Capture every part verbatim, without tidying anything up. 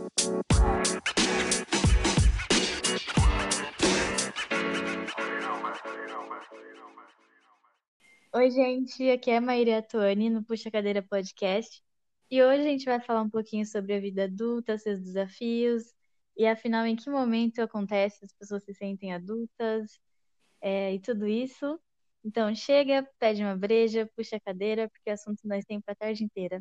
Oi, gente, aqui é a Maíra Atuani no Puxa Cadeira Podcast. E hoje a gente vai falar um pouquinho sobre a vida adulta, seus desafios e afinal em que momento acontece as pessoas se sentem adultas, é, e tudo isso. Então chega, pede uma breja, puxa a cadeira, porque assunto nós temos pra tarde inteira.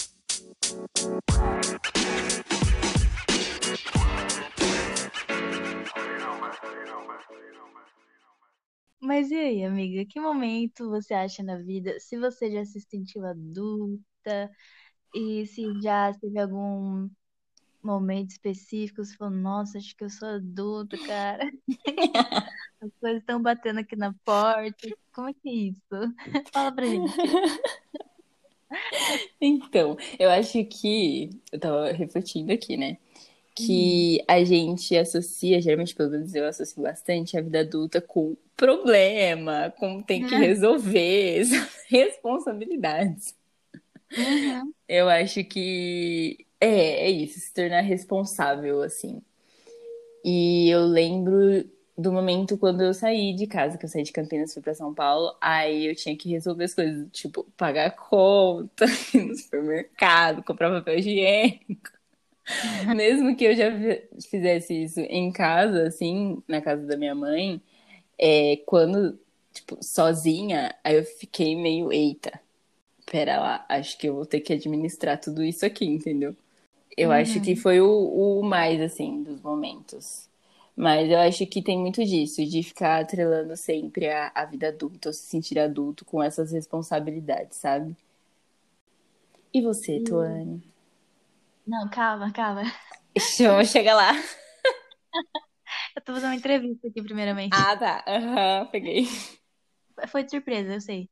Mas e aí, amiga, que momento você acha na vida? Se você já se sentiu adulta e se já teve algum momento específico, você falou, nossa, acho que eu sou adulta, cara. As coisas estão batendo aqui na porta. Como é que é isso? Fala pra gente. Então, eu acho que. Eu tava refletindo aqui, né? Uhum. Que a gente associa, geralmente, pelo menos eu associo bastante a vida adulta com problema, com tem que resolver, responsabilidades. Uhum. Eu acho que é, é isso, se tornar responsável, assim. E eu lembro do momento quando eu saí de casa, que eu saí de Campinas e fui pra São Paulo, aí eu tinha que resolver as coisas, tipo, pagar a conta, ir no supermercado, comprar papel higiênico. Mesmo que eu já fi- fizesse isso em casa, assim, na casa da minha mãe, é, quando, tipo, sozinha, aí eu fiquei meio, eita, pera lá, acho que eu vou ter que administrar tudo isso aqui, entendeu? Eu acho que Uhum. foi o, o mais, assim, dos momentos. Mas eu acho que tem muito disso, de ficar atrelando sempre a, a vida adulta, ou se sentir adulto com essas responsabilidades, sabe? E você, E- Tuane? Não, calma, calma. Vamos chegar lá. Eu tô fazendo uma entrevista aqui, primeiramente. Ah, tá. Aham, peguei. Foi de surpresa, eu sei.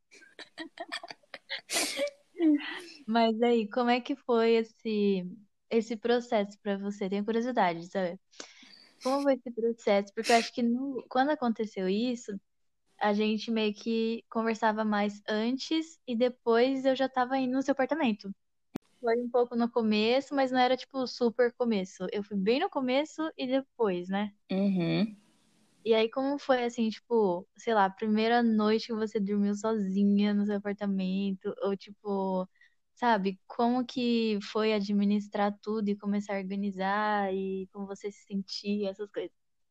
Mas aí, como é que foi esse, esse processo pra você? Tenho curiosidade de saber. Como foi esse processo? Porque eu acho que no- quando aconteceu isso, a gente meio que conversava mais antes e depois eu já tava indo no seu apartamento. Foi um pouco no começo, mas não era tipo super começo. Eu fui bem no começo e depois, né? Uhum. E aí, como foi assim, tipo, sei lá, a primeira noite que você dormiu sozinha no seu apartamento? Ou tipo, sabe, como que foi administrar tudo e começar a organizar e como você se sentia, essas coisas?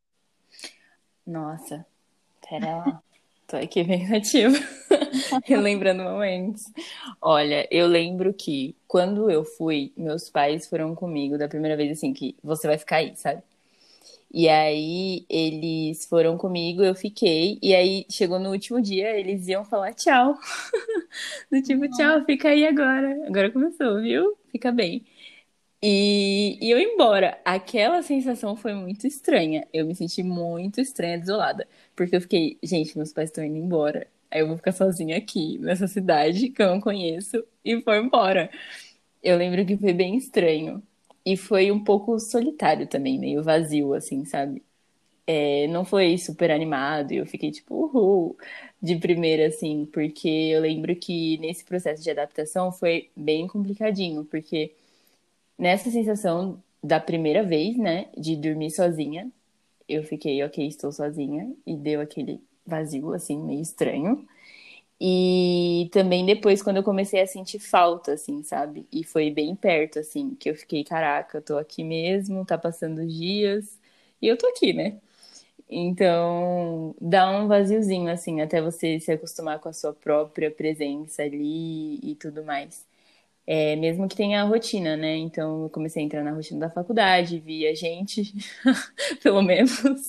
Nossa, pera lá. Tô aqui pensativa, relembrando momentos. Olha, eu lembro que quando eu fui, meus pais foram comigo da primeira vez, assim, que você vai ficar aí, sabe? E aí eles foram comigo, eu fiquei, e aí chegou no último dia, eles iam falar tchau. Do tipo, tchau, Uhum. fica aí agora. Agora começou, viu? Fica bem. E, e eu ir embora. Aquela sensação foi muito estranha. Eu me senti muito estranha, desolada. Porque eu fiquei, gente, meus pais estão indo embora. Aí eu vou ficar sozinha aqui, nessa cidade que eu não conheço, e foi embora. Eu lembro que foi bem estranho. E foi um pouco solitário também, meio vazio, assim, sabe? É, não foi super animado e eu fiquei tipo, uhul, de primeira, assim, porque eu lembro que nesse processo de adaptação foi bem complicadinho, porque nessa sensação da primeira vez, né, de dormir sozinha, eu fiquei, ok, estou sozinha, e deu aquele vazio, assim, meio estranho. E também depois, quando eu comecei a sentir falta, assim, sabe? E foi bem perto, assim, que eu fiquei, caraca, eu tô aqui mesmo, tá passando os dias, e eu tô aqui, né? Então, dá um vaziozinho, assim, até você se acostumar com a sua própria presença ali e tudo mais. É, mesmo que tenha a rotina, né? Então, eu comecei a entrar na rotina da faculdade, via gente, pelo menos,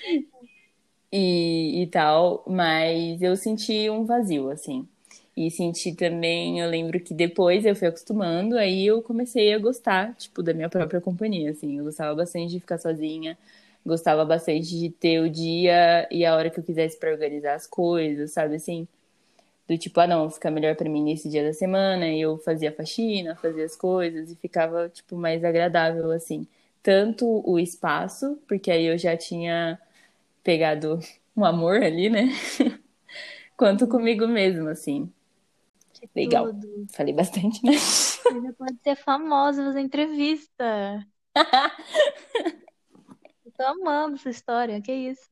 e, e tal, mas eu senti um vazio, assim. E senti também, eu lembro que depois eu fui acostumando, aí eu comecei a gostar, tipo, da minha própria companhia, assim. Eu gostava bastante de ficar sozinha, gostava bastante de ter o dia e a hora que eu quisesse pra organizar as coisas, sabe, assim? Do tipo, ah, não, fica melhor pra mim nesse dia da semana, e eu fazia faxina, fazia as coisas e ficava, tipo, mais agradável, assim. Tanto o espaço, porque aí eu já tinha pegado um amor ali, né? Quanto Uhum. comigo mesmo, assim. Que Legal. tudo. Falei bastante, né? Você já pode ser famosa fazer entrevista. Eu tô amando essa história, que isso?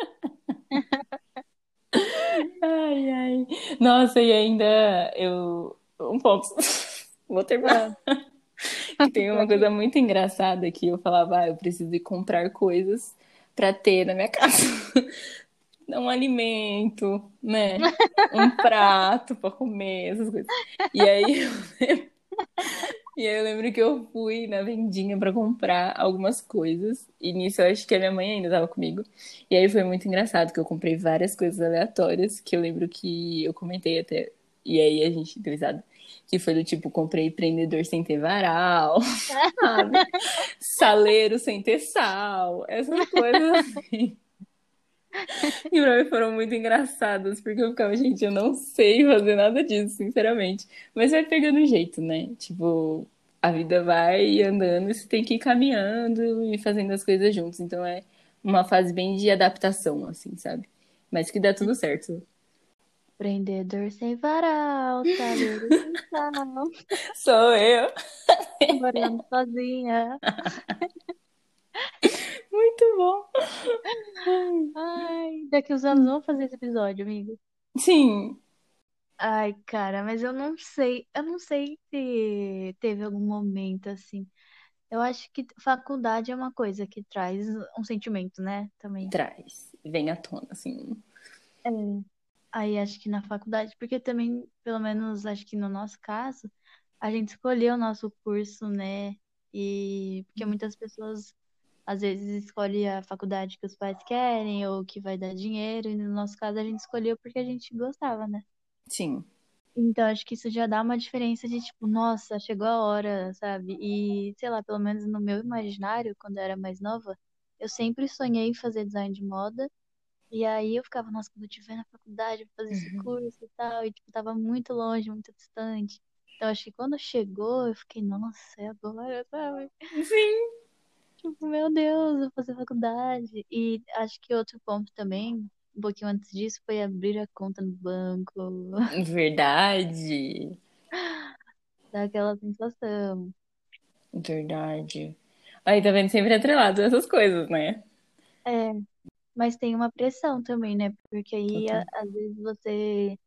Ai, ai. Nossa, e ainda eu. Um ponto. Vou terminar. Ah, Que tem uma pode coisa ir. muito engraçada que eu falava, ah, eu preciso ir comprar coisas pra ter na minha casa. Um alimento, né? Um prato pra comer, essas coisas. E aí, e aí eu lembro que eu fui na vendinha pra comprar algumas coisas. E nisso eu acho que a minha mãe ainda tava comigo. E aí foi muito engraçado que eu comprei várias coisas aleatórias que eu lembro que eu comentei até. E aí a gente deu risada. Que foi do tipo, comprei prendedor sem ter varal, sabe? Saleiro sem ter sal, essas coisas assim. E pra mim foram muito engraçadas, porque eu ficava, gente, eu não sei fazer nada disso, sinceramente. Mas vai pegando jeito, né? Tipo, a vida vai andando e você tem que ir caminhando e fazendo as coisas juntos. Então é uma fase bem de adaptação, assim, sabe? Mas que dá tudo certo. Prendedor sem varal, saleiro sem sal, Sou eu. morando sozinha. Muito bom. Ai, daqui uns anos vamos fazer esse episódio, amigo. Sim, Ai, cara, mas eu não sei, eu não sei se teve algum momento assim. Eu acho que faculdade é uma coisa que traz um sentimento, né? Também. traz. Vem à tona, assim. É. Aí acho que na faculdade, porque também, pelo menos acho que no nosso caso, a gente escolheu o nosso curso, né? E porque muitas pessoas às vezes escolhem a faculdade que os pais querem ou que vai dar dinheiro, e no nosso caso a gente escolheu porque a gente gostava, né? Sim. Então acho que isso já dá uma diferença de tipo, nossa, chegou a hora, sabe? E sei lá, pelo menos no meu imaginário, quando eu era mais nova, eu sempre sonhei em fazer design de moda. E aí eu ficava, nossa, quando eu estiver na faculdade, vou fazer esse curso e tal. E, tipo, tava muito longe, muito distante. Então, acho que quando chegou, eu fiquei, nossa, é agora, sabe? Sim. Tipo, meu Deus, vou fazer faculdade. E acho que outro ponto também, um pouquinho antes disso, foi abrir a conta no banco. Verdade. Daquela sensação. Verdade. Aí tá vendo sempre atrelado essas coisas, né? É, mas tem uma pressão também, né? Porque aí, a- Total. às vezes, você...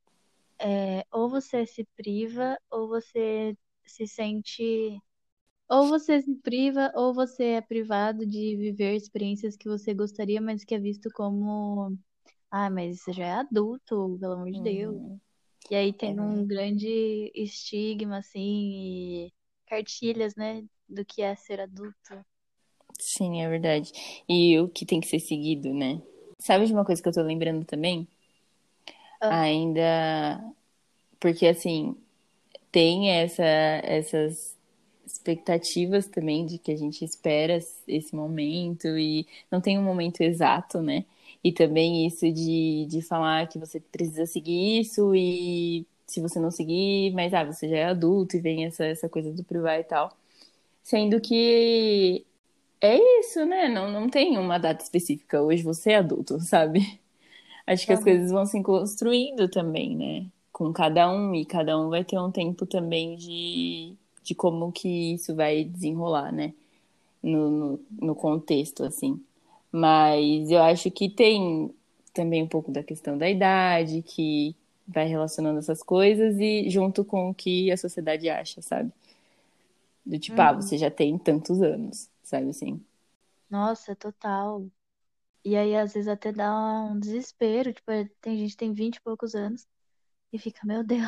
É, ou você se priva, ou você se sente. Ou você se priva, ou você é privado de viver experiências que você gostaria, mas que é visto como, ah, mas você já é adulto, pelo amor de Deus. Uhum. E aí É tem um verdade. grande estigma, assim, e cartilhas, né, do que é ser adulto. Sim, é verdade. E o que tem que ser seguido, né? Sabe de uma coisa que eu tô lembrando também? Ah, Ainda. Porque, assim, tem essa, essas expectativas também de que a gente espera esse momento e não tem um momento exato, né? E também isso de, de falar que você precisa seguir isso e se você não seguir, mas ah, você já é adulto e vem essa, essa coisa do privar e tal. Sendo que é isso, né? Não, não tem uma data específica. Hoje você é adulto, sabe? Acho que as aham. coisas vão se construindo também, né? Com cada um, e cada um vai ter um tempo também de, de como que isso vai desenrolar, né? No, no, no contexto, assim. Mas eu acho que tem também um pouco da questão da idade, que vai relacionando essas coisas e junto com o que a sociedade acha, sabe? Do tipo, ah, Uhum. você já tem tantos anos, sabe assim? Nossa, total. E aí, às vezes, até dá um desespero. Tipo, tem gente que tem vinte e poucos anos e fica, meu Deus.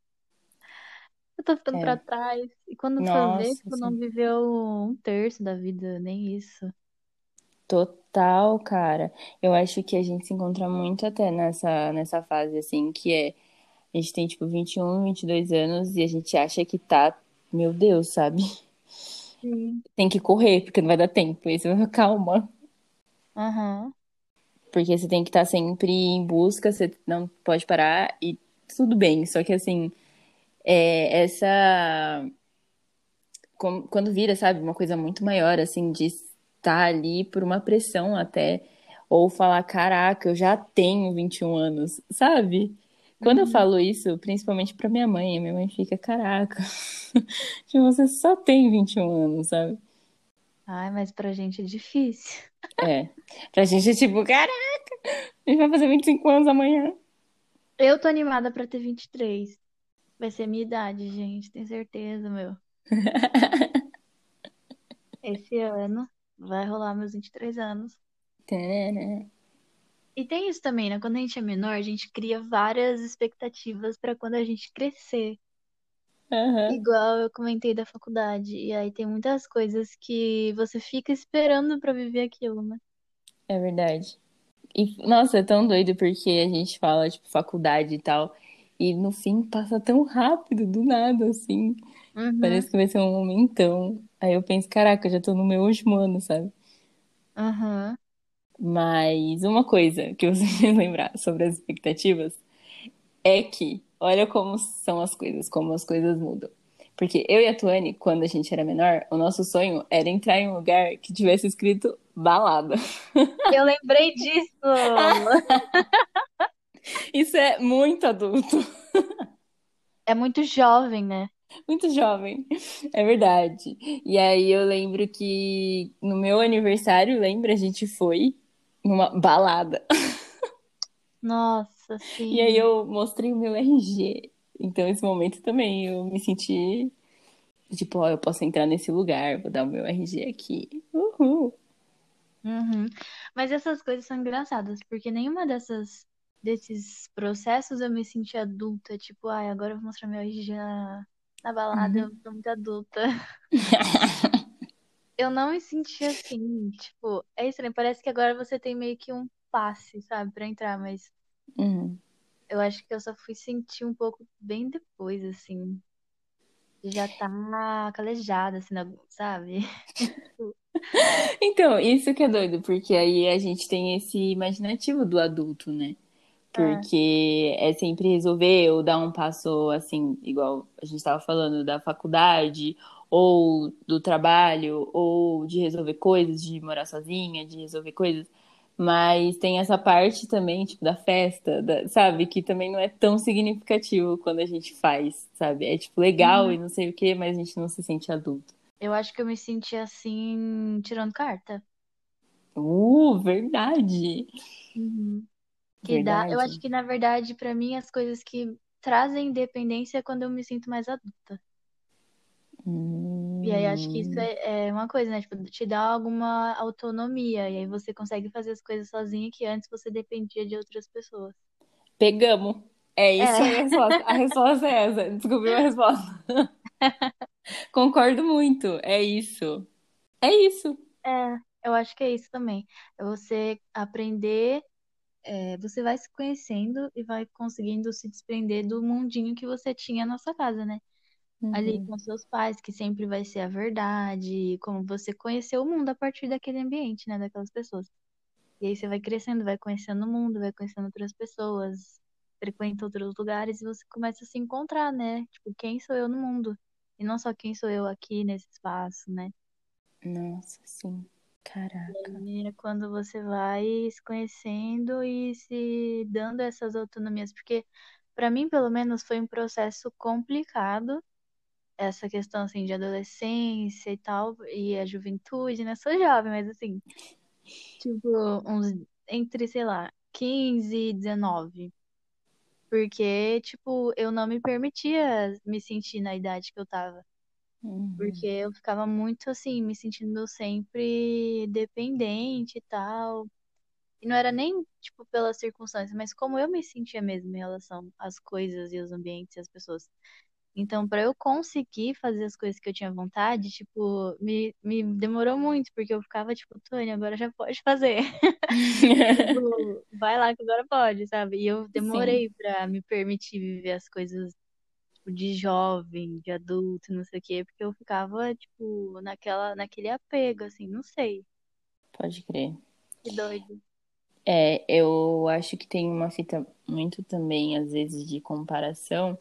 Eu tô ficando pra É. trás. E quando for ver, Nossa, tipo, não assim. viveu um terço da vida, nem isso. Total, cara. Eu acho que a gente se encontra muito até nessa, nessa fase, assim, que é, a gente tem, tipo, vinte e um, vinte e dois anos e a gente acha que tá, meu Deus, sabe? Sim. Tem que correr, porque não vai dar tempo. E você vai, calma. Aham. Porque você tem que estar sempre em busca, você não pode parar e tudo bem. Só que, assim, é, essa... como- Quando vira, sabe, uma coisa muito maior, assim, de estar ali por uma pressão até, ou falar, caraca, eu já tenho vinte e um anos, sabe? Quando eu Uhum. falo isso, principalmente pra minha mãe, a minha mãe fica, caraca, tipo, você só tem vinte e um anos, sabe? Ai, mas pra gente é difícil. É. Pra gente é tipo, caraca, a gente vai fazer vinte e cinco anos amanhã. Eu tô animada pra ter vinte e três. Vai ser a minha idade, gente, tenho certeza, meu. Esse ano vai rolar meus vinte e três anos. Tarará. E tem isso também, né? Quando a gente é menor, a gente cria várias expectativas pra quando a gente crescer. Aham, Igual eu comentei da faculdade. E aí tem muitas coisas que você fica esperando pra viver aquilo, né? é verdade. E, nossa, é tão doido porque a gente fala, tipo, faculdade e tal, e no fim passa tão rápido, do nada, assim. Uhum, Parece que vai ser um momentão. Aí eu penso, caraca, eu já tô no meu último ano, sabe? uhum. Mas uma coisa que você me lembrar sobre as expectativas é que, olha como são as coisas, como as coisas mudam. Porque eu e a Tuane, quando a gente era menor, o nosso sonho era entrar em um lugar que tivesse escrito balada. Eu lembrei disso! Isso é muito adulto, É muito jovem, né? muito jovem. É verdade. E aí eu lembro que no meu aniversário, lembra, a gente foi numa balada. Nossa, E aí sim. eu mostrei o meu R G. Então, esse momento também eu me senti, tipo, ó, eu posso entrar nesse lugar, vou dar o meu R G aqui. Uhul. Uhum. Mas essas coisas são engraçadas, porque nenhuma dessas desses processos eu me senti adulta, tipo, ai, agora eu vou mostrar meu R G na, na balada, eu tô muito adulta. Eu não me senti assim, tipo, é estranho, parece que agora você tem meio que um passe, sabe, pra entrar, mas Uhum. eu acho que eu só fui sentir um pouco bem depois, assim, de já tá calejada, assim, na- sabe? Então, isso que é doido, porque aí a gente tem esse imaginativo do adulto, né? É. Porque é sempre resolver ou dar um passo assim, igual a gente estava falando da faculdade, ou do trabalho, ou de resolver coisas, de morar sozinha, de resolver coisas. Mas tem essa parte também, tipo, da festa, da- sabe? Que também não é tão significativo quando a gente faz, sabe? É, tipo, legal Uhum. e não sei o quê, mas a gente não se sente adulto. Eu acho que eu me senti assim, tirando carta. Uh, verdade! Uhum. Que dá, eu acho Verdade. que na verdade, pra mim, as coisas que trazem independência é quando eu me sinto mais adulta. E aí acho que isso Hum, é, é uma coisa, né? Tipo, te dá alguma autonomia. E aí você consegue fazer as coisas sozinha que antes você dependia de outras pessoas. pegamos. É isso aí a É, resposta. A resposta é essa. Descobriu a resposta. Concordo muito. É isso. É isso. é, eu acho que é isso também. É você aprender, é, você vai se conhecendo e vai conseguindo se desprender do mundinho que você tinha na sua casa, né? Ali Uhum. com seus pais, que sempre vai ser a verdade, como você conheceu o mundo a partir daquele ambiente, né, daquelas pessoas. E aí você vai crescendo, vai conhecendo o mundo, vai conhecendo outras pessoas, frequenta outros lugares e você começa a se encontrar, né? Tipo, quem sou eu no mundo? E não só quem sou eu aqui nesse espaço, né? Nossa, sim. Caraca. E é quando você vai se conhecendo e se dando essas autonomias, porque para mim, pelo menos, foi um processo complicado essa questão assim de adolescência e tal, e a juventude, né? Sou jovem, mas assim, tipo, uns entre, sei lá, quinze e dezenove. Porque, tipo, eu não me permitia me sentir na idade que eu tava. Uhum. Porque eu ficava muito assim, me sentindo sempre dependente e tal. E não era nem, tipo, pelas circunstâncias, mas como eu me sentia mesmo em relação às coisas e os ambientes e as pessoas. Então, para eu conseguir fazer as coisas que eu tinha vontade, tipo, me, me demorou muito, porque eu ficava tipo, Tônia, agora já pode fazer. Tipo, vai lá que agora pode, sabe? E eu Sim, demorei pra me permitir viver as coisas, tipo, de jovem, de adulto, não sei o quê, porque eu ficava, tipo, naquela, naquele apego, assim, não sei. pode crer. Que doido. É, eu acho que tem uma fita muito também, às vezes, de comparação,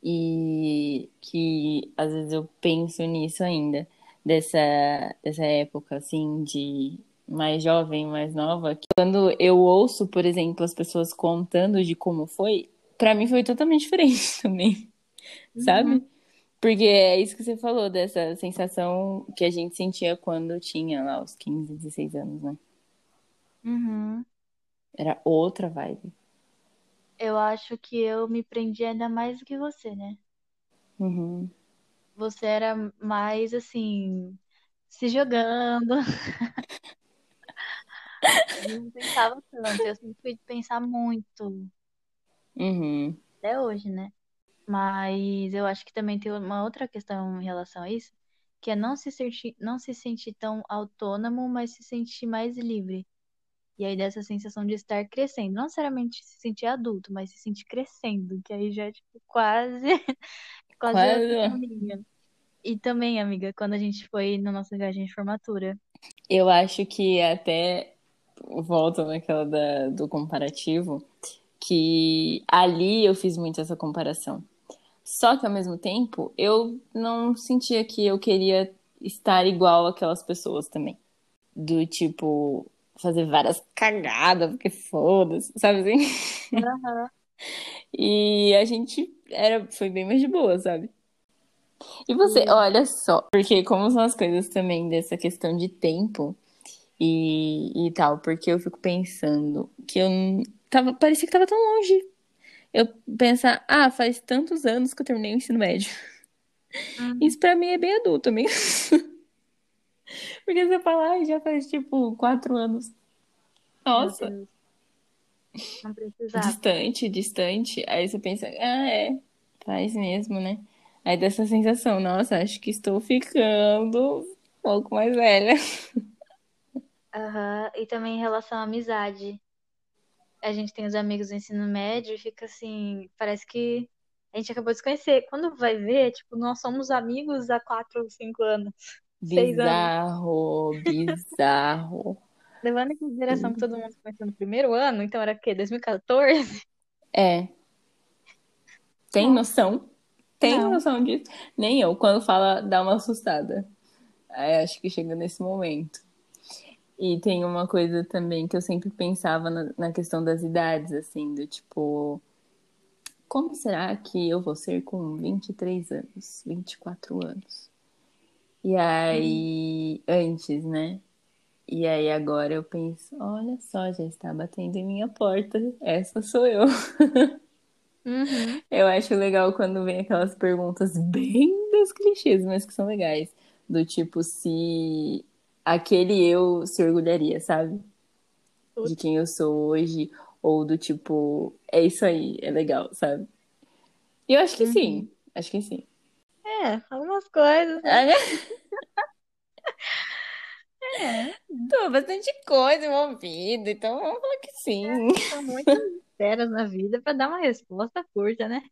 e que às vezes eu penso nisso ainda, dessa, dessa época, assim, de mais jovem, mais nova, que quando eu ouço, por exemplo, as pessoas contando de como foi, pra mim foi totalmente diferente também, Uhum. sabe? Porque é isso que você falou, dessa sensação que a gente sentia quando tinha lá os quinze, dezesseis anos, né? Uhum. Era outra vibe. Eu acho que eu me prendi ainda mais do que você, né? Uhum, Você era mais assim, se jogando, não pensava tanto. Eu sempre fui de pensar muito, uhum. até hoje, né? Mas eu acho que também tem uma outra questão em relação a isso, que é não se sentir, não se sentir tão autônomo, mas se sentir mais livre. E aí dessa sensação de estar crescendo, não necessariamente se sentir adulto, mas se sentir crescendo, que aí já é tipo quase, quase outro Quase. caminho. E também, amiga, quando a gente foi na nossa viagem de formatura. Eu acho que até volta naquela da, do comparativo, que ali eu fiz muito essa comparação. Só que ao mesmo tempo, eu não sentia que eu queria estar igual aquelas pessoas também. Do tipo, fazer várias cagadas, porque foda-se, sabe assim? Aham. E a gente era, foi bem mais de boa, sabe? E você, Foi. olha só, porque como são as coisas também dessa questão de tempo e, e tal, porque eu fico pensando que eu não- tava, parecia que tava tão longe. Eu pensar, ah, faz tantos anos que eu terminei o ensino médio. Hum, Isso pra mim é bem adulto mesmo. Porque você fala, ai, já faz tipo quatro anos. meu Nossa, Deus, não precisava. distante, distante. Aí você pensa, ah, é, faz mesmo, né? Aí dá essa sensação, nossa, acho que estou ficando um pouco mais velha. Aham. E também em relação à amizade. A gente tem os amigos do ensino médio e fica assim, parece que a gente acabou de se conhecer. Quando vai ver, tipo, nós somos amigos há quatro, cinco anos, seis anos. Bizarro, bizarro. Levando em consideração que todo mundo começou no primeiro ano, então era o quê? dois mil e quatorze? É, tem Nossa, noção? Tem não. noção disso? Nem eu, quando fala, dá uma assustada. Aí acho que chega nesse momento. E tem uma coisa também que eu sempre pensava na, na questão das idades, assim, do tipo, como será que eu vou ser com vinte e três anos, vinte e quatro anos? E Hum. aí, antes, né? E aí agora eu penso, olha só, já está batendo em minha porta, essa sou eu. Uhum. Eu acho legal quando vem aquelas perguntas bem dos clichês, mas que são legais. Do tipo, se aquele eu se orgulharia, sabe? De Putz. quem eu sou hoje, ou do tipo, é isso aí, é legal, sabe? E eu acho que sim, Uhum. acho que sim. É, algumas coisas, né? É, Tô bastante coisa envolvida, então vamos falar que sim. são muitas esferas na vida pra dar uma resposta curta, né?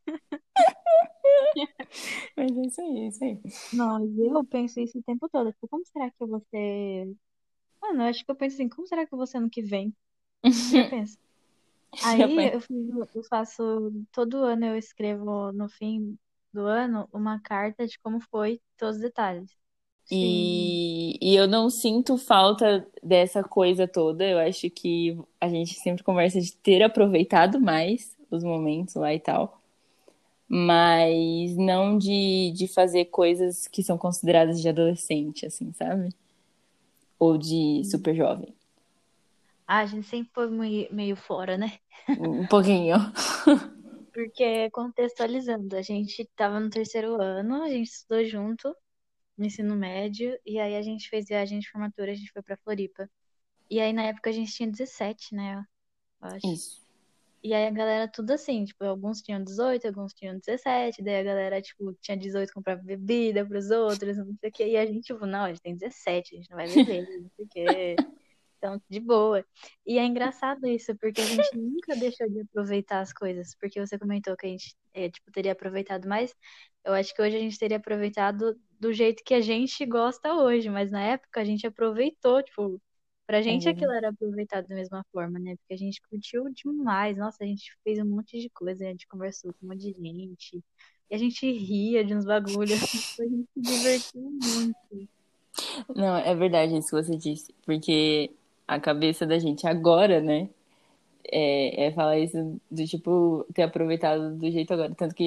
Mas é isso aí, é isso aí. Não, eu penso isso o tempo todo. Tipo, como será que eu vou ser. Mano, eu acho que eu penso assim, como será que eu vou ser ano que vem? Já penso. Já Aí foi. eu, fiz- eu faço, todo ano eu escrevo no fim do ano uma carta de como foi todos os detalhes. Sim. E, e eu não sinto falta dessa coisa toda. Eu acho que a gente sempre conversa de ter aproveitado mais os momentos lá e tal. Mas não de, de fazer coisas que são consideradas de adolescente, assim, sabe? Ou de super jovem. Ah, a gente sempre foi mui- meio fora, né? Um pouquinho. Porque contextualizando, a gente tava no terceiro ano, a gente estudou junto no ensino médio, e aí a gente fez viagem de formatura, a gente foi pra Floripa. E aí na época a gente tinha dezessete, né? Eu acho. Isso. E aí a galera tudo assim, tipo, alguns tinham dezoito, alguns tinham dezessete, daí a galera, tipo, tinha dezoito, comprava bebida pros outros, não sei o quê. E a gente, tipo, não, a gente tem dezessete, a gente não vai beber, não sei o quê. Então, de boa. E é engraçado isso, porque a gente nunca deixou de aproveitar as coisas. Porque você comentou que a gente, é, tipo, teria aproveitado mais. Eu acho que hoje a gente teria aproveitado do jeito que a gente gosta hoje. Mas na época a gente aproveitou, tipo, pra É gente aquilo verdade. era aproveitado da mesma forma, né? Porque a gente curtiu demais. Nossa, a gente fez um monte de coisa, a gente conversou com um monte de gente. E a gente ria de uns bagulhos. A gente se divertiu muito. Não, é verdade isso que você disse. Porque a cabeça da gente agora, né? É, é falar isso do tipo, ter aproveitado do jeito agora. Tanto que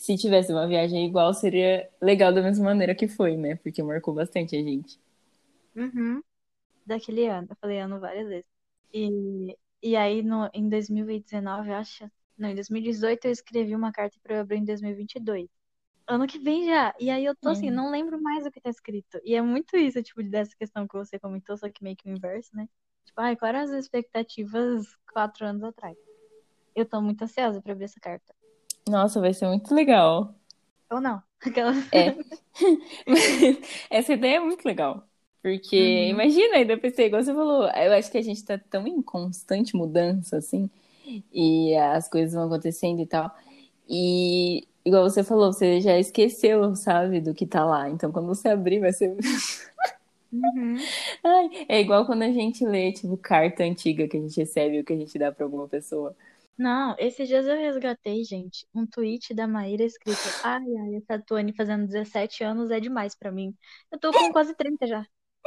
se tivesse uma viagem igual, seria legal da mesma maneira que foi, né? Porque marcou bastante a gente. Uhum. Daquele ano. Eu falei ano várias vezes. E, e aí, no, em dois mil e dezenove, eu acho. Não, em dois mil e dezoito eu escrevi uma carta pra eu abrir em dois mil e vinte e dois. Ano que vem já. E aí eu tô assim, Hum. não lembro mais o que tá escrito. E é muito isso, tipo, dessa questão que você comentou, só que meio que o inverso, né? Tipo, ai, quais eram as expectativas quatro anos atrás? Eu tô muito ansiosa pra abrir essa carta. Nossa, vai ser muito legal. Ou não? Aquelas. É. Essa ideia é muito legal. Porque, Uhum. imagina, ainda pensei, igual você falou, eu acho que a gente tá tão em constante mudança, assim, e as coisas vão acontecendo e tal. E, igual você falou, você já esqueceu, sabe, do que tá lá. Então, quando você abrir, vai ser. Uhum. Ai, é igual quando a gente lê, tipo, carta antiga que a gente recebe ou que a gente dá pra alguma pessoa. Não, esses dias eu resgatei, gente, um tweet da Maíra escrito: Ai, ai, essa Tuane fazendo dezessete anos é demais pra mim. Eu tô com quase trinta já.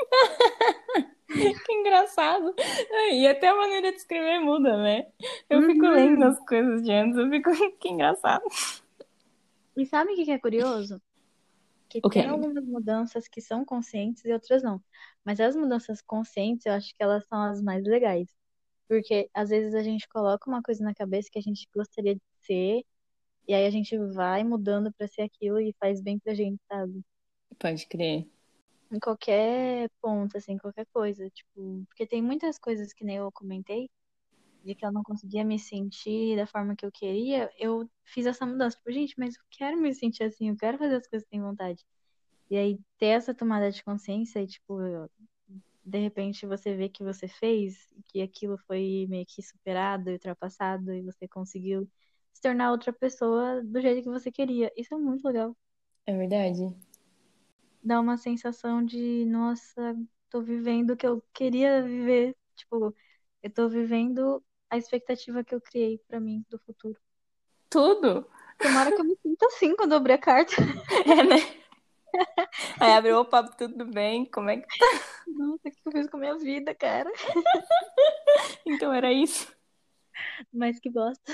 Que engraçado. E até a maneira de escrever muda, né? Eu fico lendo Uhum. as coisas de antes, eu fico, que engraçado. E sabe o que que é curioso? Que O tem que, amiga? algumas mudanças que são conscientes e outras não. Mas as mudanças conscientes, eu acho que elas são as mais legais. Porque às vezes a gente coloca uma coisa na cabeça que a gente gostaria de ser, e aí a gente vai mudando pra ser aquilo e faz bem pra gente, sabe? Pode crer. Em qualquer ponto, assim, qualquer coisa. Tipo, porque tem muitas coisas que nem eu comentei, de que eu não conseguia me sentir da forma que eu queria. Eu fiz essa mudança. Tipo, gente, mas eu quero me sentir assim, eu quero fazer as coisas que tenho vontade. E aí ter essa tomada de consciência e, tipo, de repente você vê que você fez, que aquilo foi meio que superado e ultrapassado e você conseguiu se tornar outra pessoa do jeito que você queria. Isso é muito legal. É verdade. Dá uma sensação de, nossa, tô vivendo o que eu queria viver. Tipo, eu tô vivendo a expectativa que eu criei pra mim do futuro. Tudo. Tomara que eu me sinta assim quando eu abrir a carta. É, né? Aí abriu o papo, tudo bem? Como é que. Nossa, o que eu fiz com a minha vida, cara? Então era isso? Mas que bosta.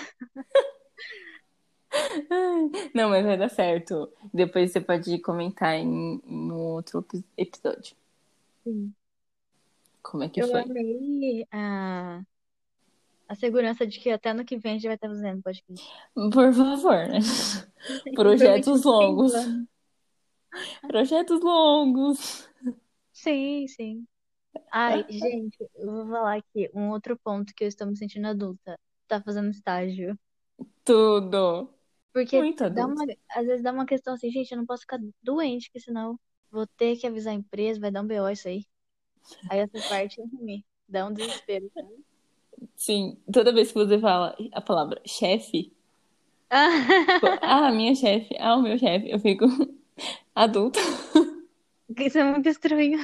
Não, mas vai dar certo. Depois você pode comentar em, em um outro epi- episódio. Sim. Como é que Eu foi? amei a a segurança de que até no que vem a gente vai estar fazendo podcast. Por favor, né? Projetos Comprometido três longos. anos. Projetos longos. Sim, sim. Ai, gente, eu vou falar aqui um outro ponto que eu estou me sentindo adulta. Tá fazendo estágio. Tudo. Porque Muito dá adulto. uma, às vezes dá uma questão assim, gente, eu não posso ficar doente, porque senão vou ter que avisar a empresa, vai dar um B O isso aí. Aí essa parte é ruim. Dá um desespero, sabe? Sim, toda vez que você fala a palavra chefe, tipo, Ah, ah, minha chefe, ah, o meu chefe, eu fico adulta. isso é muito estranho.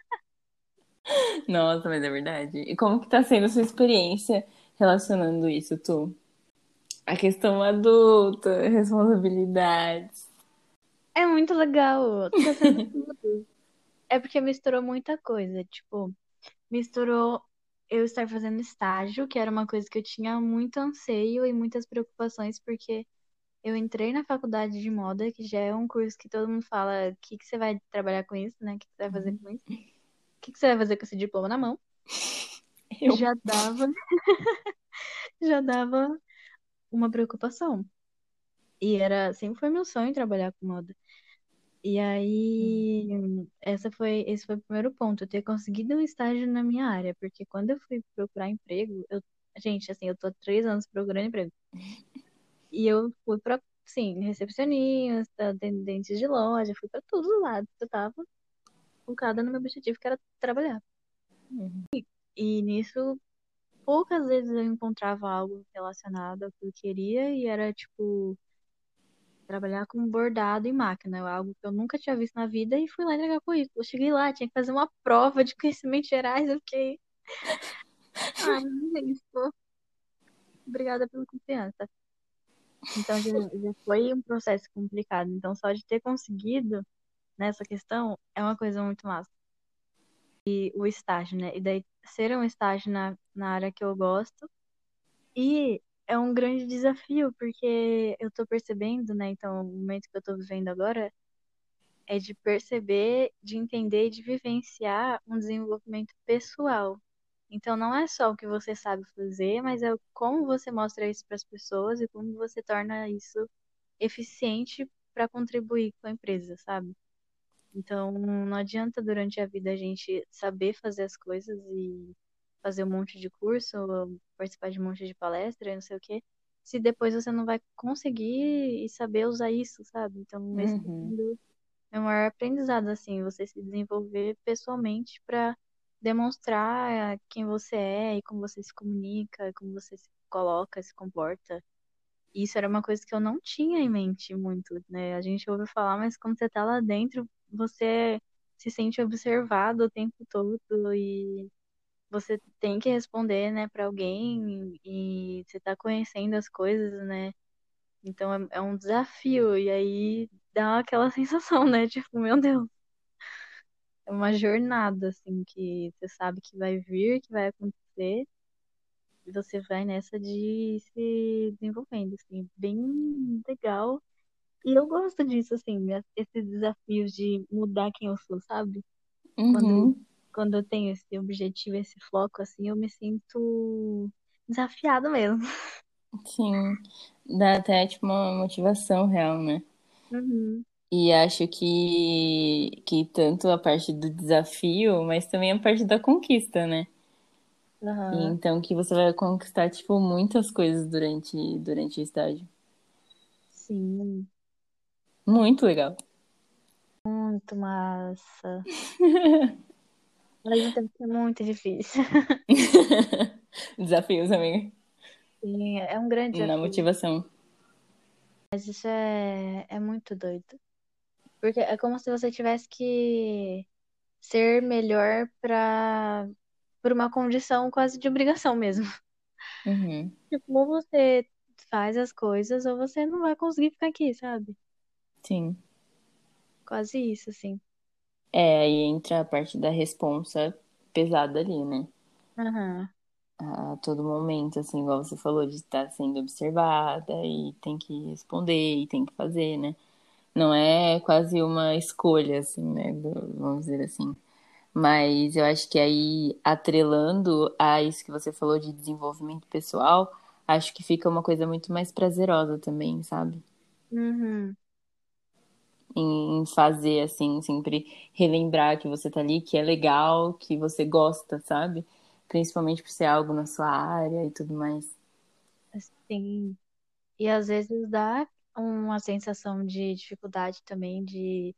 Nossa, mas é verdade. E como que tá sendo a sua experiência relacionando isso, tu? A questão adulta, responsabilidades. É muito legal. Tá sendo tudo. É porque misturou muita coisa. Tipo, misturou eu estar fazendo estágio, que era uma coisa que eu tinha muito anseio e muitas preocupações, porque eu entrei na faculdade de moda, que já é um curso que todo mundo fala, o que que você vai trabalhar com isso, né? O que que você vai fazer com isso? O que que você vai fazer com esse diploma na mão? Eu. Já dava, já dava uma preocupação. E era, sempre foi meu sonho trabalhar com moda. E aí, essa foi, esse foi o primeiro ponto, eu ter conseguido um estágio na minha área, porque quando eu fui procurar emprego, eu, gente, assim, eu tô há três anos procurando emprego. E eu fui pra, sim, recepcionista, atendente de loja, fui pra todos os lados. Eu tava focada no meu objetivo, que era trabalhar. E nisso, poucas vezes eu encontrava algo relacionado ao que eu queria, e era tipo trabalhar com bordado em máquina, é algo que eu nunca tinha visto na vida e fui lá entregar currículo. Eu cheguei lá, tinha que fazer uma prova de conhecimentos gerais, eu fiquei, ai, não é isso. Obrigada pela confiança. Então já, já foi um processo complicado. Então só de ter conseguido nessa questão é uma coisa muito massa. E o estágio, né? E daí ser um estágio na, na área que eu gosto. E é um grande desafio, porque eu tô percebendo, né? Então, o momento que eu tô vivendo agora é de perceber, de entender e de vivenciar um desenvolvimento pessoal. Então, não é só o que você sabe fazer, mas é o- como você mostra isso para as pessoas e como você torna isso eficiente para contribuir com a empresa, sabe? Então, não adianta durante a vida a gente saber fazer as coisas e fazer um monte de curso, ou participar de um monte de palestra, e não sei o quê, se depois você não vai conseguir e saber usar isso, sabe? Então, esse está Uhum. sendo meu maior aprendizado, assim, você se desenvolver pessoalmente para demonstrar quem você é e como você se comunica, como você se coloca, se comporta. Isso era uma coisa que eu não tinha em mente muito, né? A gente ouve falar, mas quando você tá lá dentro, você se sente observado o tempo todo e você tem que responder, né, para alguém e você tá conhecendo as coisas, né? Então é, é um desafio e aí dá aquela sensação, né? Tipo, meu Deus, é uma jornada assim que você sabe que vai vir, que vai acontecer e você vai nessa de se desenvolvendo, assim, bem legal. E eu gosto disso, assim, né, esses desafios de mudar quem eu sou, sabe? Quando, Uhum. quando eu tenho esse objetivo, esse foco, assim, eu me sinto desafiada mesmo. Sim. Dá até, tipo, uma motivação real, né? Uhum. E acho que, que tanto a parte do desafio, mas também a parte da conquista, né? E Aham. então que você vai conquistar, tipo, muitas coisas durante, durante o estágio. Sim, Muito legal. muito massa. Ao mesmo tempo que é muito difícil. Desafios, amigo. Sim, é um grande Na desafio. motivação. Mas isso é, é muito doido. Porque é como se você tivesse que ser melhor pra, por uma condição quase de obrigação mesmo. Uhum. Tipo, ou você faz as coisas ou você não vai conseguir ficar aqui, sabe? Sim. Quase isso, assim. É, aí entra a parte da responsa pesada ali, né? Aham. A todo momento, assim, igual você falou, de estar sendo observada e tem que responder e tem que fazer, né? Não é quase uma escolha, assim, né? do- Vamos dizer assim. Mas eu acho que aí, atrelando a isso que você falou de desenvolvimento pessoal, acho que fica uma coisa muito mais prazerosa também, sabe? Uhum. Em em fazer, assim, sempre relembrar que você tá ali, que é legal, que você gosta, sabe? Principalmente por ser algo na sua área e tudo mais. Assim. E às vezes dá uma sensação de dificuldade também, de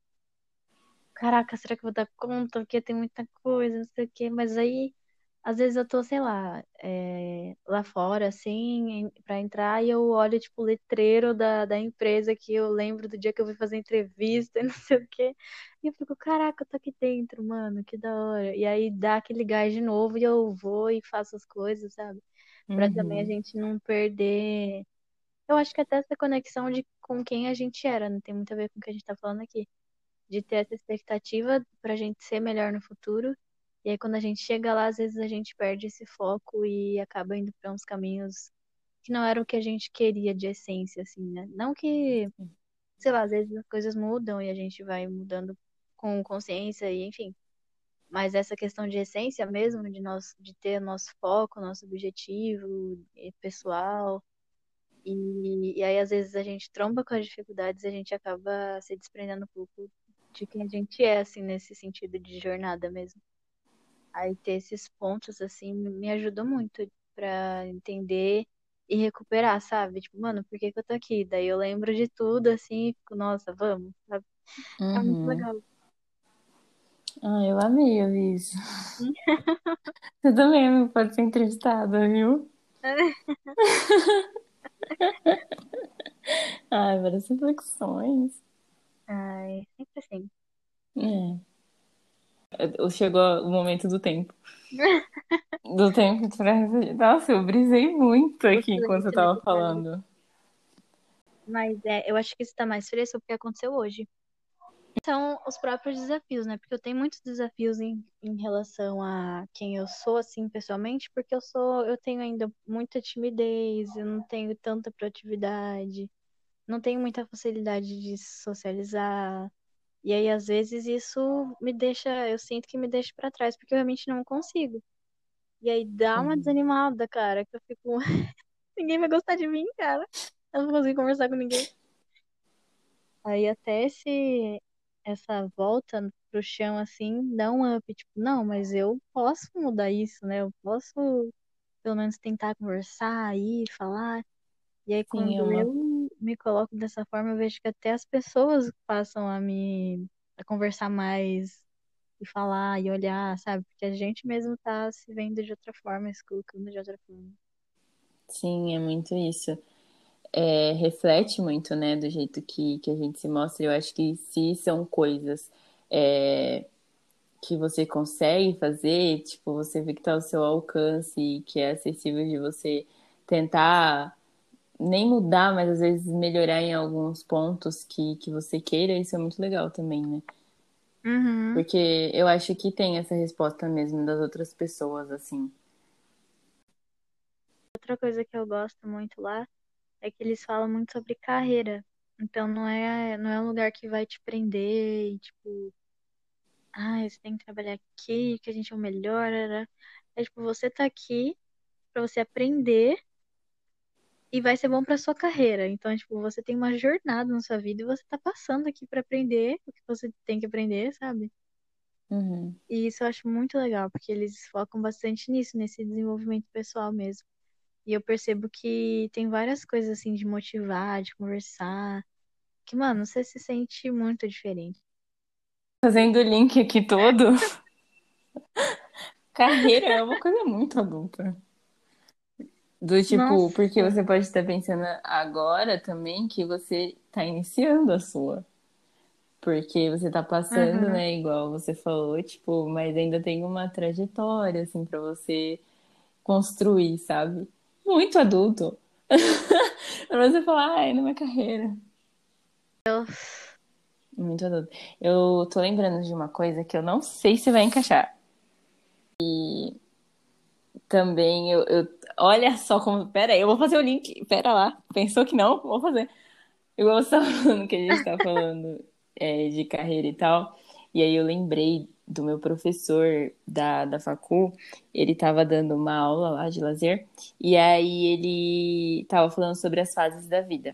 caraca, será que eu vou dar conta? Porque tem muita coisa, não sei o quê. Mas aí, às vezes eu tô, sei lá, é, lá fora, assim, em- pra entrar, e eu olho, tipo, o letreiro da, da empresa que eu lembro do dia que eu fui fazer entrevista e não sei o quê. E eu fico, caraca, eu tô aqui dentro, mano, que da hora. E aí dá aquele gás de novo e eu vou e faço as coisas, sabe? Pra também a Uhum, gente não perder. Eu acho que até essa conexão de com quem a gente era, não tem muito a ver com o que a gente tá falando aqui de ter essa expectativa pra gente ser melhor no futuro. E aí, quando a gente chega lá, às vezes a gente perde esse foco e acaba indo para uns caminhos que não eram o que a gente queria de essência, assim, né? Não que, sei lá, às vezes as coisas mudam e a gente vai mudando com consciência e enfim. Mas essa questão de essência mesmo, de nós, de ter nosso foco, nosso objetivo eh, pessoal, e, e aí, às vezes, a gente tromba com as dificuldades e a gente acaba se desprendendo um pouco de quem a gente é, assim, nesse sentido de jornada mesmo. Aí, ter esses pontos, assim, me me ajudou muito pra entender e recuperar, sabe? Tipo, mano, por que que eu tô aqui? Daí eu lembro de tudo, assim, e fico, nossa, vamos, sabe? É muito uhum. legal. Ah, eu amei ouvir isso. Você também pode ser entrevistada, viu? Ai, várias reflexões. Ai, sempre assim. É. Chegou o momento do tempo. Do tempo pra refletir. Nossa, eu brisei muito O aqui enquanto você silêncio tava necessário. falando. Mas é, eu acho que isso tá mais fresco porque aconteceu hoje. São os próprios desafios, né? Porque eu tenho muitos desafios em, em relação a quem eu sou, assim, pessoalmente, porque eu sou, eu tenho ainda muita timidez, eu não tenho tanta proatividade, não tenho muita facilidade de socializar. E aí, às vezes, isso me deixa, eu sinto que me deixa pra trás, porque eu realmente não consigo. E aí dá uma Uhum. desanimada, cara, que eu fico, ninguém vai gostar de mim, cara. Eu não consigo conversar com ninguém. Aí até esse, essa volta pro chão, assim, dá um up, tipo, não, mas eu posso mudar isso, né? Eu posso, pelo menos, tentar conversar aí, falar. E aí, Sim, é quando uma. eu me coloco dessa forma, eu vejo que até as pessoas passam a me a conversar mais e falar e olhar, sabe? Porque a gente mesmo tá se vendo de outra forma, se colocando de outra forma. Sim, é muito isso. É, reflete muito, né, do jeito que, que a gente se mostra. Eu acho que se são coisas é, que você consegue fazer, tipo, você vê que tá ao seu alcance e que é acessível de você tentar nem mudar, mas às vezes melhorar em alguns pontos que, que você queira, isso é muito legal também, né? Uhum. Porque eu acho que tem essa resposta mesmo das outras pessoas, assim. Outra coisa que eu gosto muito lá é que eles falam muito sobre carreira. Então não é, não é um lugar que vai te prender e tipo, ah, você tem que trabalhar aqui, que a gente é o melhor. Era. É tipo, você tá aqui pra você aprender e vai ser bom pra sua carreira. Então, tipo, você tem uma jornada na sua vida e você tá passando aqui pra aprender o que você tem que aprender, sabe? Uhum. E isso eu acho muito legal, porque eles focam bastante nisso, nesse desenvolvimento pessoal mesmo. E eu percebo que tem várias coisas assim de motivar, de conversar, que, mano, você se sente muito diferente. Fazendo o link aqui todo, carreira é uma coisa muito adulta. Do tipo, porque Nossa. você pode estar pensando agora também que você tá iniciando a sua. Porque você tá passando, Aham. né, igual você falou, tipo, mas ainda tem uma trajetória, assim, pra você construir, sabe? Muito adulto. Pra você falar, ai, na minha carreira. Eu... Muito adulto. Eu tô lembrando de uma coisa que eu não sei se vai encaixar. Também eu, eu... Olha só como. Pera aí, eu vou fazer o link. Pera lá. Pensou que não? Vou fazer. Igual você tava falando que a gente tá falando é, de carreira e tal. E aí eu lembrei do meu professor da, da facul. Ele tava dando uma aula lá de lazer. E aí ele tava falando sobre as fases da vida.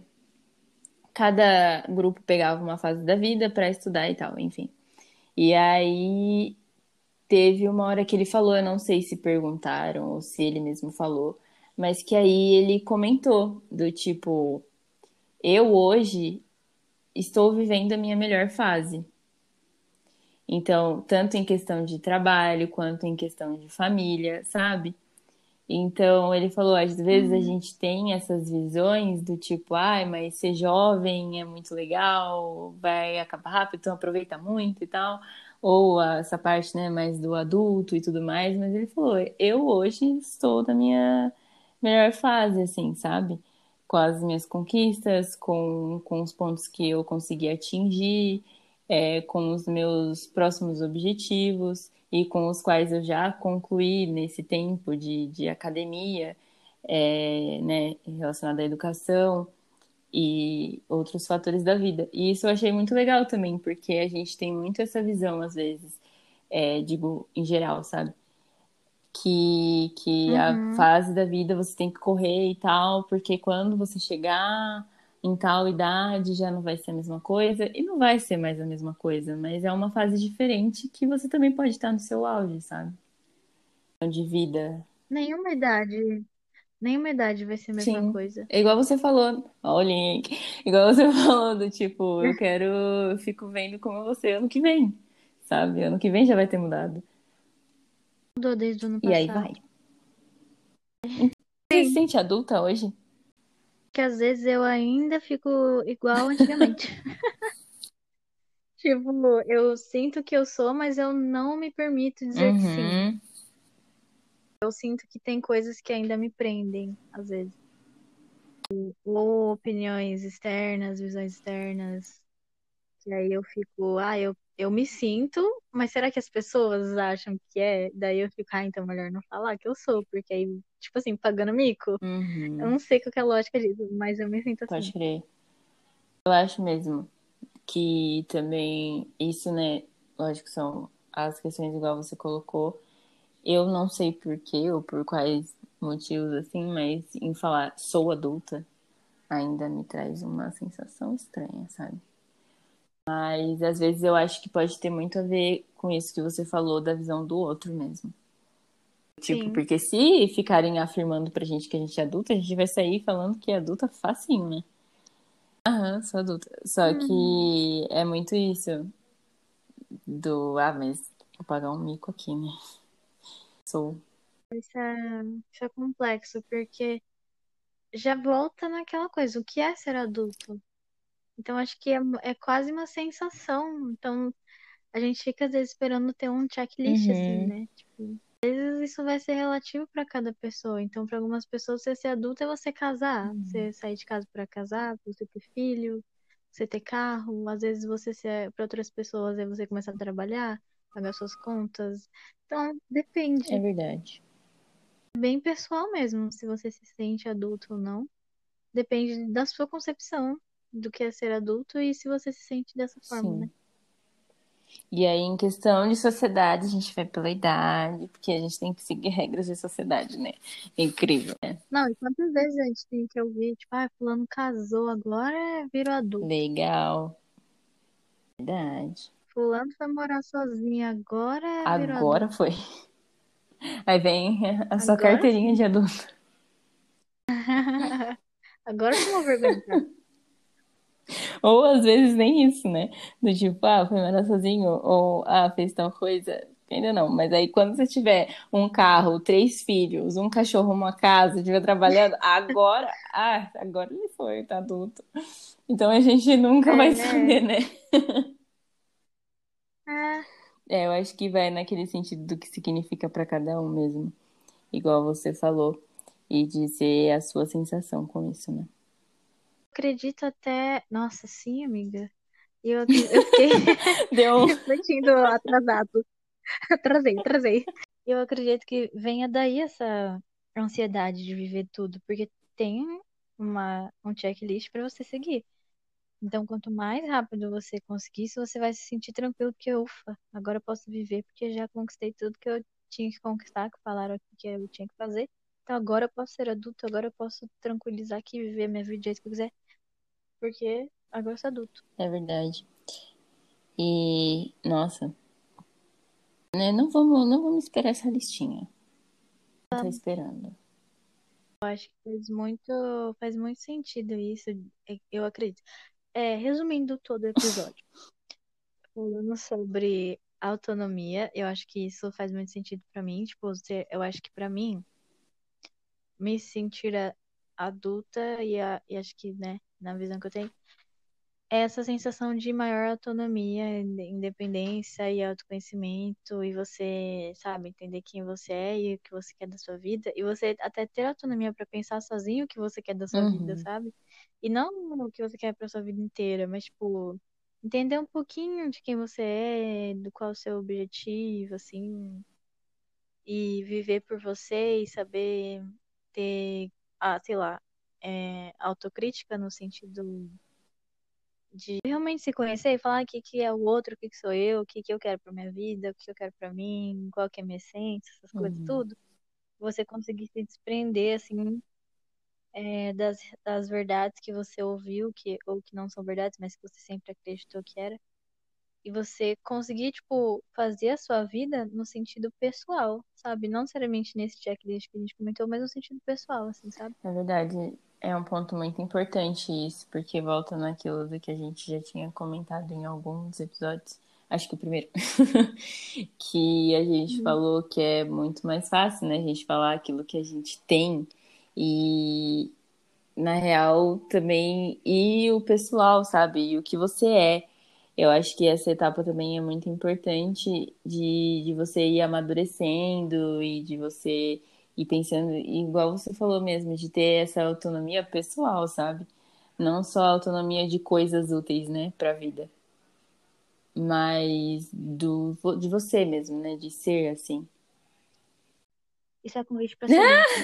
Cada grupo pegava uma fase da vida pra estudar e tal, enfim. E aí teve uma hora que ele falou, eu não sei se perguntaram ou se ele mesmo falou, mas que aí ele comentou do tipo, eu hoje estou vivendo a minha melhor fase. Então, tanto em questão de trabalho quanto em questão de família, sabe? Então, ele falou, às vezes a Hum. gente tem essas visões do tipo, ai, mas ser jovem é muito legal, vai acabar rápido, então aproveita muito e tal. Ou essa parte, né, mais do adulto e tudo mais. Mas ele falou, eu hoje estou na minha melhor fase, assim, sabe? Com as minhas conquistas, com, com os pontos que eu consegui atingir, é, com os meus próximos objetivos e com os quais eu já concluí nesse tempo de, de academia, é, né, relacionado à educação e outros fatores da vida. E isso eu achei muito legal também, porque a gente tem muito essa visão, às vezes, é, digo, em geral, sabe? Que, que a Uhum. fase da vida você tem que correr e tal, porque quando você chegar em tal idade já não vai ser a mesma coisa, e não vai ser mais a mesma coisa, mas é uma fase diferente que você também pode estar no seu auge, sabe? De vida. Nenhuma idade, nenhuma idade vai ser a mesma Sim. coisa. É igual você falou, olha, igual você falou do tipo, eu quero, eu fico vendo como você ano que vem, sabe? Ano que vem já vai ter mudado. Mudou desde o ano E aí passado. vai. Você se Sim, sente adulta hoje? que às vezes eu ainda fico igual antigamente. Tipo, eu sinto que eu sou, mas eu não me permito dizer que sim. Uhum. Eu sinto que tem coisas que ainda me prendem, às vezes. Ou opiniões externas, visões externas, porque aí eu fico, ah, eu, eu me sinto, mas será que as pessoas acham que é? Daí eu fico, ah, então melhor não falar que eu sou, porque aí, tipo assim, pagando mico. Eu Uhum, não sei qual que é a lógica disso, mas eu me sinto pode assim. crer. Eu acho mesmo que também isso, né? Lógico, são as questões igual você colocou. Eu não sei por quê ou por quais motivos, assim, mas em falar sou adulta ainda me traz uma sensação estranha, sabe? Mas às vezes eu acho que pode ter muito a ver com isso que você falou da visão do outro mesmo. Tipo, Sim. porque se ficarem afirmando pra gente que a gente é adulta, a gente vai sair falando que é adulta facinho, né? Aham, sou adulta. Só Hum, que é muito isso do, ah, mas vou pagar um mico aqui, né? Sou. isso é, isso é complexo, porque já volta naquela coisa, o que é ser adulto? Então acho que é, é quase uma sensação. Então a gente fica às vezes esperando ter um checklist assim, Uhum, né? Tipo, às vezes isso vai ser relativo para cada pessoa. Então, para algumas pessoas, você ser adulto é você casar, você sair de casa para casar, você ter filho, você ter carro. Às vezes você ser, para outras pessoas, é você começar a trabalhar, pagar suas contas. Então, é depende. verdade. É bem pessoal mesmo, se você se sente adulto ou não. Depende da sua concepção do que é ser adulto e se você se sente dessa forma, né? Sim. E aí, em questão de sociedade, a gente vai pela idade, porque a gente tem que seguir regras de sociedade, né? Incrível, né? Não, e quantas vezes a gente tem que ouvir, tipo, ah, fulano casou, agora é- virou adulto. Legal. Verdade. Fulano foi morar sozinho, agora é- virou Agora adulto. foi. Aí vem a sua Agora carteirinha sim. de adulto. Agora tomou vergonha na cara. Ou às vezes nem isso, né? Do tipo, ah, foi morar sozinho, ou ah, fez tal coisa. Ainda não, mas aí quando você tiver um carro, três filhos, um cachorro, uma casa, estiver trabalhando, agora, ah, agora ele foi, tá adulto. Então a gente nunca vai É, saber, né? é, É, eu acho que vai naquele sentido do que significa pra cada um mesmo, igual você falou, e de ser a sua sensação com isso, né? acredito até. Nossa, sim, amiga. Eu, acre- eu fiquei Deu. refletindo atrasado. Atrasei, atrasei. Eu acredito que venha daí essa ansiedade de viver tudo, porque tem uma, um checklist para você seguir. Então, quanto mais rápido você conseguir isso, você vai se sentir tranquilo, porque, ufa, agora eu posso viver, porque já conquistei tudo que eu tinha que conquistar, que falaram aqui que eu tinha que fazer. Então, agora eu posso ser adulto, agora eu posso tranquilizar aqui e viver minha vida do jeito que eu quiser, porque agora eu sou adulto. É verdade. E, nossa, né? Não vamos, não vamos esperar essa listinha. Não tá esperando. Eu acho que faz muito, faz muito sentido isso, é- eu acredito. É, resumindo todo o episódio, falando sobre autonomia, eu acho que isso faz muito sentido pra mim. Tipo, ser- eu acho que pra mim, me sentir a- adulta e, a- e acho que, né, na visão que eu tenho, é essa sensação de maior autonomia, inde- independência e autoconhecimento, e você, sabe, entender quem você é e o que você quer da sua vida, e você até ter autonomia pra pensar sozinho o que você quer da sua vida, Uhum, sabe? E não o que você quer pra sua vida inteira, mas, tipo, entender um pouquinho de quem você é, do qual é o seu objetivo, assim, e viver por você e saber ter, ah, sei lá, é, autocrítica no sentido de realmente se conhecer e falar o que, que é o outro, o que, que sou eu, o que, que eu quero pra minha vida, o que eu quero pra mim, qual que é a minha essência, essas coisas uhum. tudo, você conseguir se desprender, assim, é, das, das verdades que você ouviu, que, ou que não são verdades, mas que você sempre acreditou que era. E você conseguir, tipo, fazer a sua vida no sentido pessoal, sabe? Não necessariamente nesse checklist que a gente comentou, mas no sentido pessoal, assim, sabe? É verdade. É um ponto muito importante isso, porque volta naquilo do que a gente já tinha comentado em alguns episódios. Acho que o primeiro. Que a gente Uhum. falou que é muito mais fácil, né? A gente falar aquilo que a gente tem e, na real, também, e o pessoal, sabe? E o que você é. Eu acho que essa etapa também é muito importante de, de você ir amadurecendo e de você ir pensando, igual você falou mesmo, de ter essa autonomia pessoal, sabe? Não só autonomia de coisas úteis, né, pra vida. mas do, de você mesmo, né? De ser assim. Isso é convite pra ser adulto.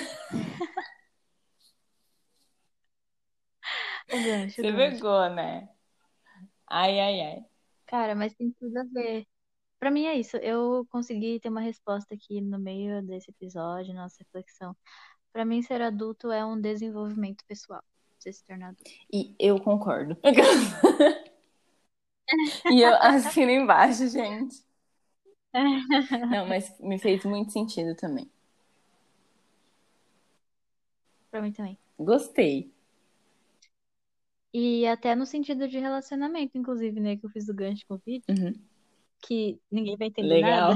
O gancho, o Você gancho. pegou, né? Ai, ai, ai. Cara, mas tem tudo a ver. Pra mim é isso. Eu consegui ter uma resposta aqui no meio desse episódio, nossa reflexão. Pra mim, ser adulto é um desenvolvimento pessoal. Você se tornar adulto. E eu concordo. E eu assino embaixo, gente. Não, mas me fez muito sentido também. Pra mim também. Gostei. E até no sentido de relacionamento, inclusive, né? Que eu fiz o gancho com o vídeo, Uhum. que ninguém vai entender nada. Legal.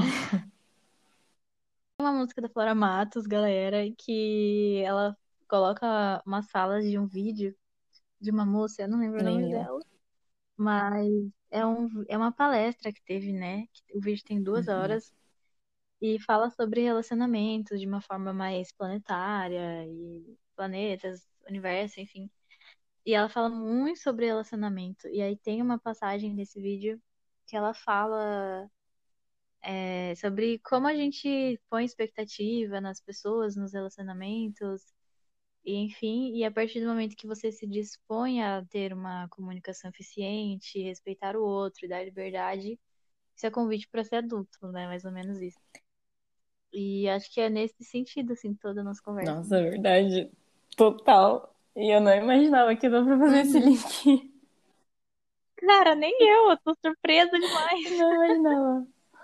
Uma música da Flora Matos, galera, que ela coloca umas salas de um vídeo de uma moça, eu não lembro o nome Nem eu. dela, mas é, um, é uma palestra que teve, né? Que o vídeo tem duas Uhum. horas e fala sobre relacionamentos de uma forma mais planetária e planetas, universo, enfim. E ela fala muito sobre relacionamento. E aí tem uma passagem nesse vídeo que ela fala é, sobre como a gente põe expectativa nas pessoas, nos relacionamentos, e enfim, e a partir do momento que você se dispõe a ter uma comunicação eficiente, respeitar o outro e dar liberdade, isso é convite para ser adulto, né? Mais ou menos isso. E acho que é nesse sentido, assim, toda a nossa conversa. Nossa, é verdade. Total. E eu não imaginava que dava pra fazer esse Uhum. link. Cara, nem eu, eu tô surpresa demais. Não imaginava.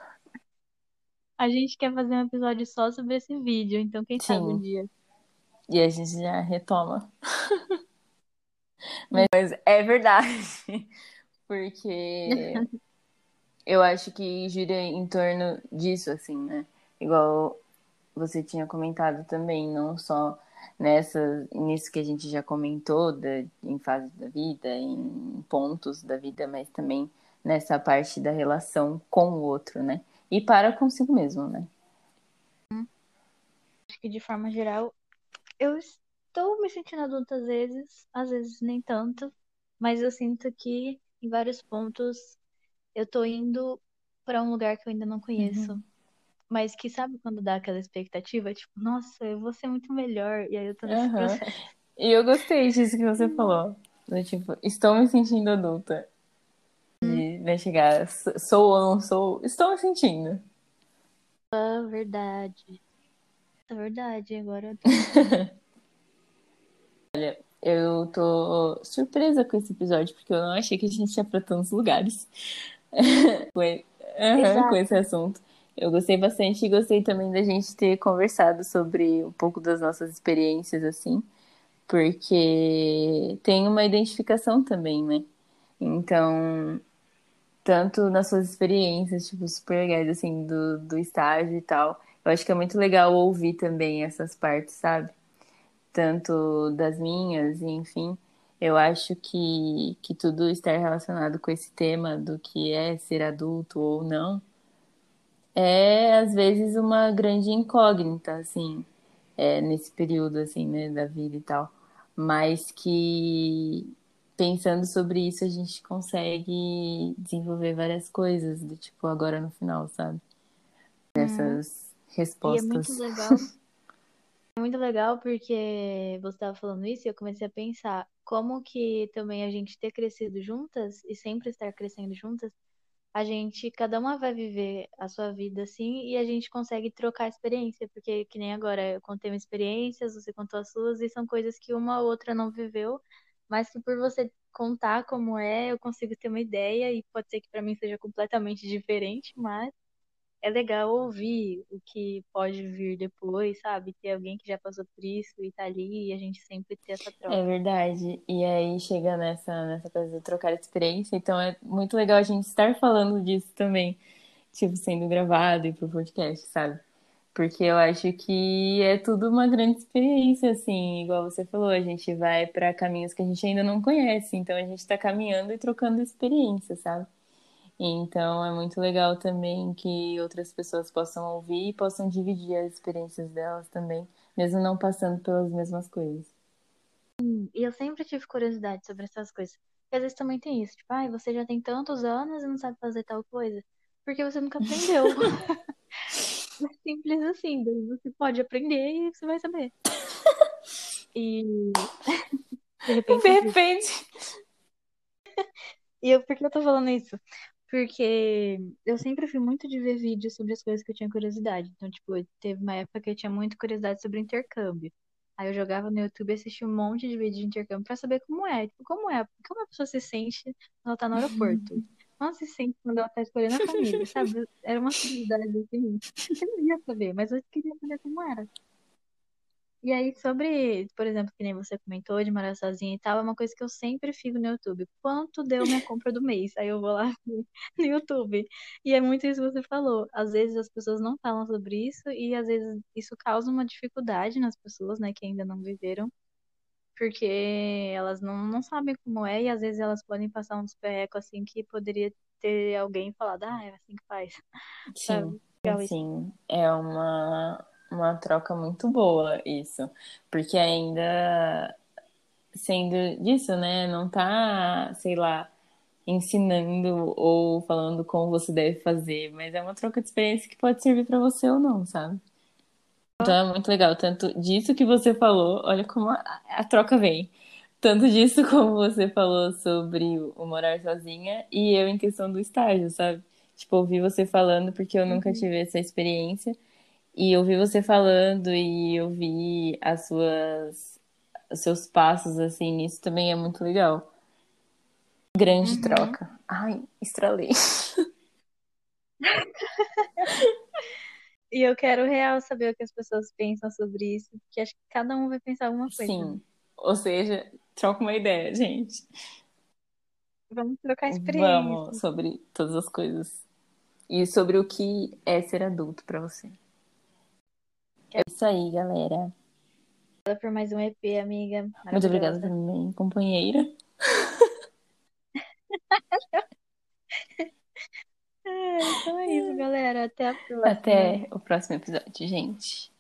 A gente quer fazer um episódio só sobre esse vídeo, então quem sabe um Sim. dia. E a gente já retoma. Mas é verdade. Porque eu acho que gira em torno disso, assim, né? Igual você tinha comentado também, não só nessa, nisso que a gente já comentou, da, em fases da vida, em pontos da vida, mas também nessa parte da relação com o outro, né? E para consigo mesmo, né? Acho que de forma geral, eu estou me sentindo adulta às vezes, às vezes nem tanto, mas eu sinto que em vários pontos eu tô indo para um lugar que eu ainda não conheço. Mas que sabe quando dá aquela expectativa? Tipo, nossa, eu vou ser muito melhor. E aí eu tô nesse Aham. processo. E eu gostei disso que você falou. Do tipo, estou me sentindo adulta. Hum, E vai chegar, sou ou não sou, estou me sentindo. é verdade. É verdade, agora eu tô sentindo. Eu tô surpresa com esse episódio, porque eu não achei que a gente ia pra tantos lugares com e- aham, com esse Exato. assunto. Eu gostei bastante e gostei também da gente ter conversado sobre um pouco das nossas experiências, assim, porque tem uma identificação também, né? Então, tanto nas suas experiências, tipo, super legais, assim, do, do estágio e tal. Eu acho que é muito legal ouvir também essas partes, sabe? Tanto das minhas, e enfim. Eu acho que, que tudo estar relacionado com esse tema do que é ser adulto ou não é, às vezes, uma grande incógnita, assim, é, nesse período, assim, né, da vida e tal. Mas que, pensando sobre isso, a gente consegue desenvolver várias coisas, do tipo, agora no final, sabe? Hum. Essas E é muito respostas. legal. É muito legal porque você estava falando isso e eu comecei a pensar como que também a gente ter crescido juntas e sempre estar crescendo juntas, a gente, cada uma vai viver a sua vida assim e a gente consegue trocar experiência, porque que nem agora eu contei minhas experiências, você contou as suas e são coisas que uma ou outra não viveu, mas que por você contar como é, eu consigo ter uma ideia e pode ser que para mim seja completamente diferente, mas é legal ouvir o que pode vir depois, sabe? Ter alguém que já passou por isso e tá ali e a gente sempre ter essa É troca. verdade. E aí chega nessa, nessa coisa de trocar experiência, então é muito legal a gente estar falando disso também, tipo, sendo gravado e pro podcast, sabe? Porque eu acho que é tudo uma grande experiência, assim, igual você falou, a gente vai para caminhos que a gente ainda não conhece, então a gente tá caminhando e trocando experiência, sabe? Então é muito legal também que outras pessoas possam ouvir e possam dividir as experiências delas também, mesmo não passando pelas mesmas coisas. E eu sempre tive curiosidade sobre essas coisas. às vezes também tem isso, tipo, ai, você já tem tantos anos e não sabe fazer tal coisa. Porque você nunca aprendeu. É simples assim, daí você pode aprender e você vai saber. E de repente De existe. repente. E eu, por que eu tô falando isso? Porque eu sempre fui muito de ver vídeos sobre as coisas que eu tinha curiosidade. Então, tipo, teve uma época que eu tinha muita curiosidade sobre intercâmbio. Aí eu jogava no YouTube e assistia um monte de vídeo de intercâmbio pra saber como é. Tipo, como é? Como a pessoa se sente quando ela tá no aeroporto? Como ela se sente quando ela tá escolhendo a família, sabe? Era uma curiosidade assim. Eu não ia saber, mas eu queria saber como era. E aí, sobre, por exemplo, que nem você comentou de morar sozinha e tal, é uma coisa que eu sempre fico no YouTube. Quanto deu minha compra do mês? Aí eu vou lá no YouTube. E é muito isso que você falou. Às vezes as pessoas não falam sobre isso e às vezes isso causa uma dificuldade nas pessoas, né, que ainda não viveram, porque elas não, não sabem como é e às vezes elas podem passar uns perrecos assim que poderia ter alguém falado, ah, é assim que faz, Sim, sabe? Legal isso. sim. É uma, uma troca muito boa isso. Porque ainda sendo disso, né? Não tá, sei lá, ensinando ou falando como você deve fazer, mas é uma troca de experiência que pode servir pra você ou não, sabe? Então é muito legal, tanto disso que você falou, olha como a, a troca vem. Tanto disso como você falou sobre o morar sozinha e eu em questão do estágio, sabe? Tipo, ouvi você falando porque eu nunca Uhum. tive essa experiência e ouvi você falando e eu vi as suas os seus passos assim nisso também é muito legal. Grande Uhum. troca. Ai, estralei. E eu quero real saber o que as pessoas pensam sobre isso, porque acho que cada um vai pensar alguma coisa, né? Sim. Ou seja, troca uma ideia, gente. Vamos trocar Vamos experiências. sobre todas as coisas. E sobre o que é ser adulto pra você. É isso aí, galera. Obrigada por mais um E P, amiga. Muito obrigada Maravilhosa. também, companheira. É, então é isso, galera. Até a próxima. Até o próximo episódio, gente.